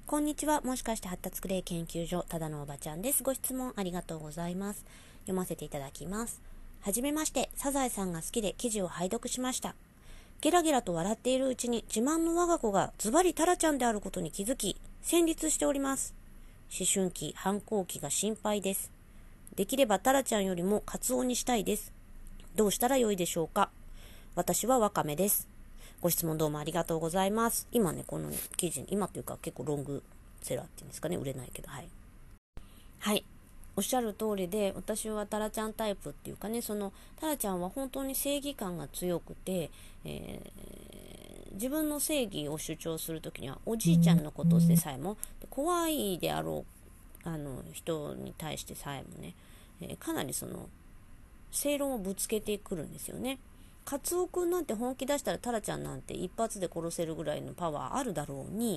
こんにちは。もしかして発達クレイ研究所ただのおばちゃんです。ご質問ありがとうございます。読ませていただきます。はじめまして。サザエさんが好きで記事を拝読しました。ゲラゲラと笑っているうちに自慢の我が子がズバリタラちゃんであることに気づき、戦慄しております。思春期、反抗期が心配です。できればタラちゃんよりもカツオにしたいです。どうしたらよいでしょうか。私はワカメです。ご質問どうもありがとうございます。今ね、この記事、今というか結構ロングセラーっていうんですかね、売れないけど、はい。はい。おっしゃる通りで、私はタラちゃんタイプっていうかね、タラちゃんは本当に正義感が強くて、自分の正義を主張するときには、おじいちゃんのことでさえも、怖いであろう、人に対してさえもね、かなり正論をぶつけてくるんですよね。カツオくんなんて本気出したらタラちゃんなんて一発で殺せるぐらいのパワーあるだろうに、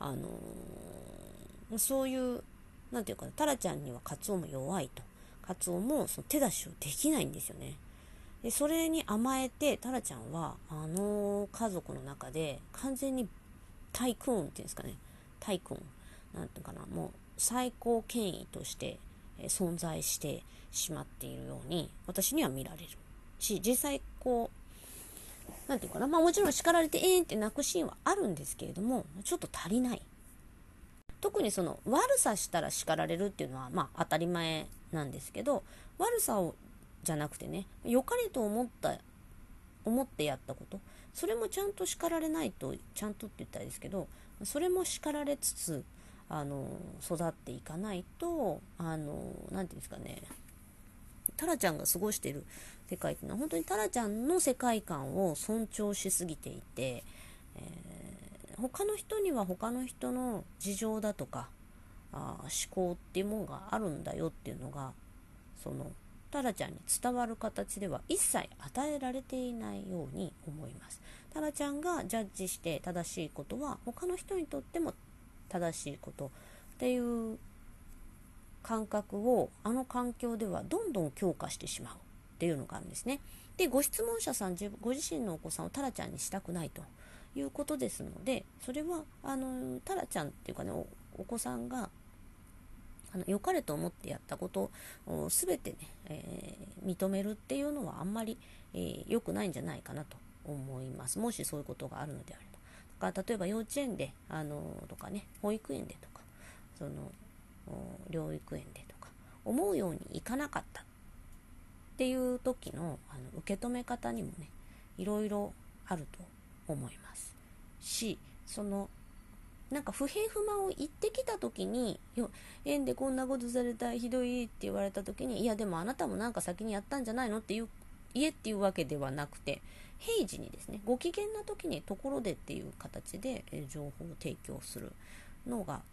そういうなんていうかタラちゃんにはカツオも弱いと。カツオもその手出しをできないんですよね。でそれに甘えてタラちゃんは家族の中で完全にタイクーンっていうんですかね、タイクーンなんていうかな、もう最高権威として存在してしまっているように私には見られるし、実際なんていうかな、もちろん叱られてって泣くシーンはあるんですけれども、ちょっと足りない。特に悪さしたら叱られるっていうのは当たり前なんですけど、悪さをじゃなくてね、良かれと思ってやったこと、それもちゃんと叱られないと、ちゃんとって言ったらいいですけど、それも叱られつつ育っていかないとなんていうんですかね、タラちゃんが過ごしている世界っていうのは本当にタラちゃんの世界観を尊重しすぎていて、他の人には他の人の事情だとか思考っていうものがあるんだよっていうのがタラちゃんに伝わる形では一切与えられていないように思います。タラちゃんがジャッジして正しいことは他の人にとっても正しいことっていう感覚をあの環境ではどんどん強化してしまうっていうのがあるんですね。で、ご質問者さんご自身のお子さんをタラちゃんにしたくないということですので、それはタラちゃんっていうかね、お子さんが良かれと思ってやったことを全てね、認めるっていうのはあんまり良くないんじゃないかなと思います。もしそういうことがあるのであれば。だから例えば幼稚園でとかね、保育園でとか、療育園でとか思うようにいかなかったっていう時の受け止め方にもね、いろいろあると思いますし、なんか不平不満を言ってきた時に、園でこんなことされたひどいって言われた時に、いやでもあなたもなんか先にやったんじゃないのっていう言えっていうわけではなくて、平時にですね、ご機嫌な時にところでっていう形で情報を提供するのが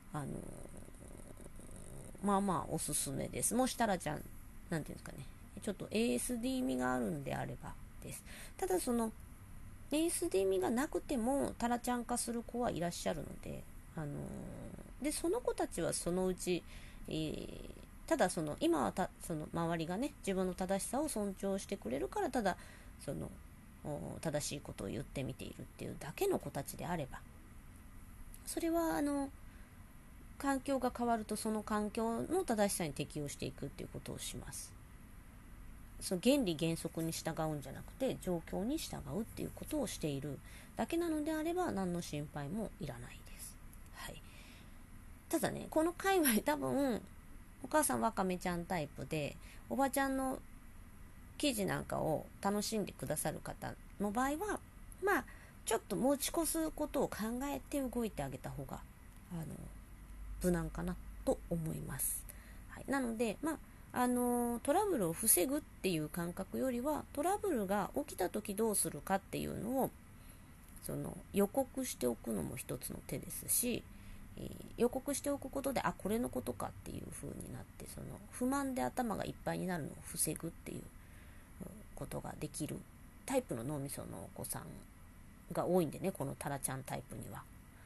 おすすめです。もしタラちゃんなんていうんですかね、ちょっと ASD 味があるんであればです。ただASD 味がなくてもタラちゃん化する子はいらっしゃるので、でその子たちはそのうち、ただ今は周りがね自分の正しさを尊重してくれるから、ただ正しいことを言ってみているっていうだけの子たちであれば、それは環境が変わるとその環境の正しさに適応していくっていうことをします。原理原則に従うんじゃなくて状況に従うっていうことをしているだけなのであれば何の心配もいらないです。はい。ただね、この界隈多分お母さんワカメちゃんタイプでおばちゃんの記事なんかを楽しんでくださる方の場合はちょっと持ち越すことを考えて動いてあげた方が無難かなと思います。はい、なのでトラブルを防ぐっていう感覚よりは、トラブルが起きた時どうするかっていうのを予告しておくのも一つの手ですし、予告しておくことでこれのことかっていう風になって、不満で頭がいっぱいになるのを防ぐっていうことができるタイプの脳みそのお子さんが多いんでね、このタラちゃんタイプには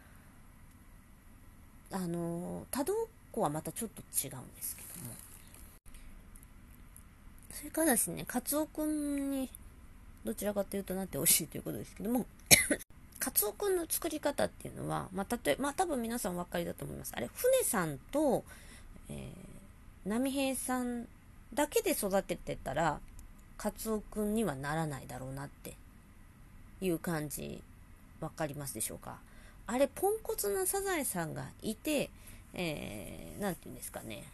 多動子はまたちょっと違うんですけども、それからですね、カツオくんにどちらかというとなってほしいということですけども、 カツオくんの作り方っていうのは、多分皆さんお分かりだと思います。あれ、船さんと、波平さんだけで育ててたら、カツオくんにはならないだろうなっていう感じ、分かりますでしょうか。あれ、ポンコツなサザエさんがいて、なんていうんですかね。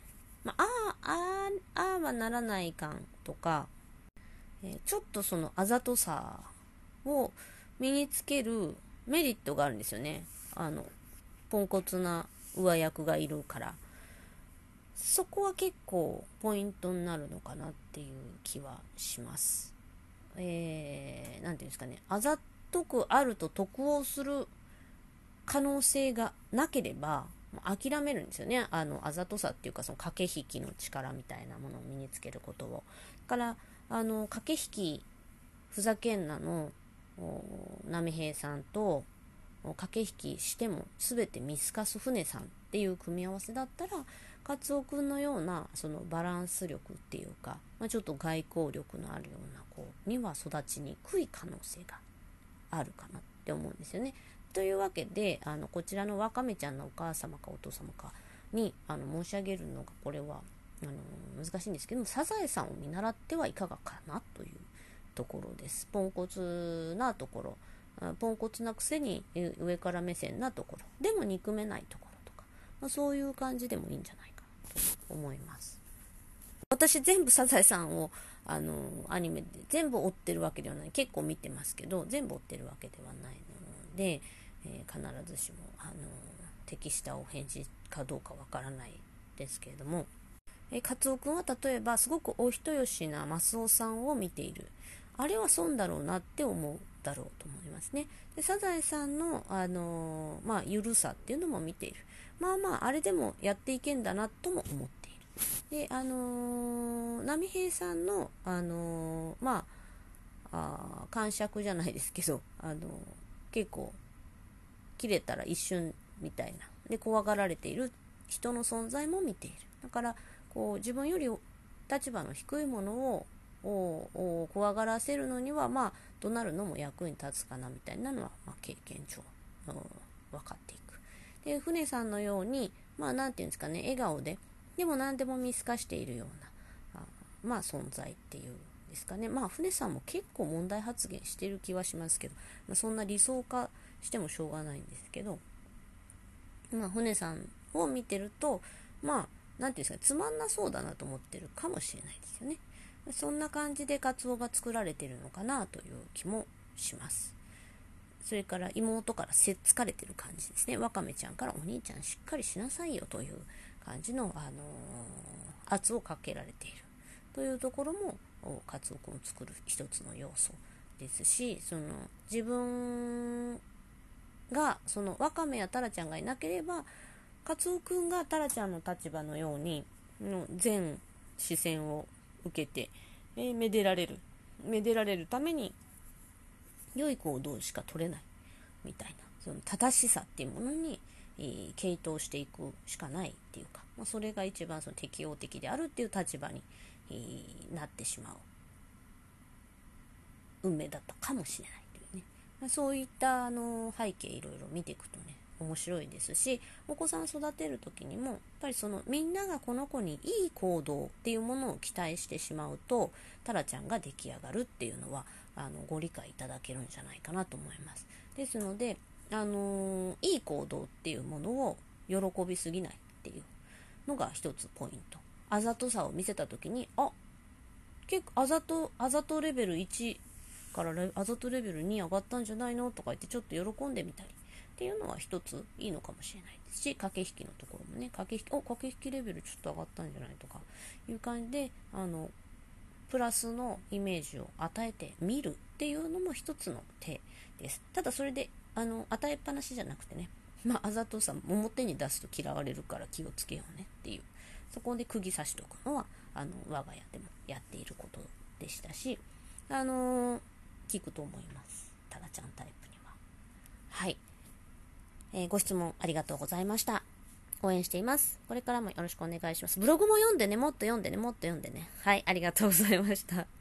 あはならない感とか、ちょっとそのあざとさを身につけるメリットがあるんですよね。ポンコツな上役がいるから。そこは結構ポイントになるのかなっていう気はします。なんていうんですかね。あざとくあると得をする可能性がなければ、諦めるんですよね。あざとさっていうか、その駆け引きの力みたいなものを身につけることを。だから、駆け引き、ふざけんなの、波平さんと、駆け引きしても全て見透かす船さんっていう組み合わせだったら、カツオくんのようなそのバランス力っていうか、ちょっと外交力のあるような子には育ちにくい可能性があるかなって思うんですよね。というわけで、こちらのワカメちゃんのお母様かお父様かに申し上げるのが、これは難しいんですけども、サザエさんを見習ってはいかがかなというところです。ポンコツなところ、ポンコツなくせに上から目線なところでも憎めないところとか、そういう感じでもいいんじゃないかなと思います。私全部サザエさんをアニメで全部追ってるわけではない、結構見てますけど全部追ってるわけではないので、必ずしも適したお返事かどうかわからないですけれども、カツオくんは例えばすごくお人よしなマスオさんを見ている、あれは損だろうなって思うだろうと思いますね。でサザエさんのゆるさっていうのも見ている、あれでもやっていけんだなとも思っている。で波平さんの感触じゃないですけど、結構切れたら一瞬みたいなで怖がられている人の存在も見ている。だからこう自分より立場の低いものを怖がらせるのには怒鳴るのも役に立つかなみたいなのは、経験上、分かっていく。で船さんのようになんていうんですかね、笑顔ででも何でも見透かしているような存在っていうですかね。船さんも結構問題発言してる気はしますけど、そんな理想化してもしょうがないんですけど、船さんを見てるとなんていうんですか、つまんなそうだなと思ってるかもしれないですよね。そんな感じでカツオが作られてるのかなという気もします。それから妹からせっつかれてる感じですね。ワカメちゃんからお兄ちゃんしっかりしなさいよという感じの、圧をかけられているというところもカツオ君を作る一つの要素ですし、その自分がそのワカメやタラちゃんがいなければカツオ君がタラちゃんの立場のように全視線を受けて、めでられるために良い行動しか取れないみたいな、その正しさっていうものに傾倒していくしかないっていうか、それが一番その適応的であるっていう立場になってしまう運命だったかもしれないというね、そういった背景いろいろ見ていくとね面白いですし、お子さん育てる時にもやっぱりそのみんながこの子にいい行動っていうものを期待してしまうとタラちゃんが出来上がるっていうのはご理解いただけるんじゃないかなと思います。ですのでいい行動っていうものを喜びすぎないっていうのが一つポイント。あざとさを見せた時に結構あざとレベル1からあざとレベル2上がったんじゃないのとか言ってちょっと喜んでみたりっていうのは一ついいのかもしれないですし、駆け引きのところもね、駆け引きレベルちょっと上がったんじゃないとかいう感じでプラスのイメージを与えてみるっていうのも一つの手です。ただそれで与えっぱなしじゃなくてね、あざとさ表に出すと嫌われるから気をつけようねっていう、そこで釘刺しとくのは我が家でもやっていることでしたし、聞くと思います。タラちゃんタイプには。はい、ご質問ありがとうございました。応援しています。これからもよろしくお願いします。ブログも読んでね、もっと読んでね。はい、ありがとうございました。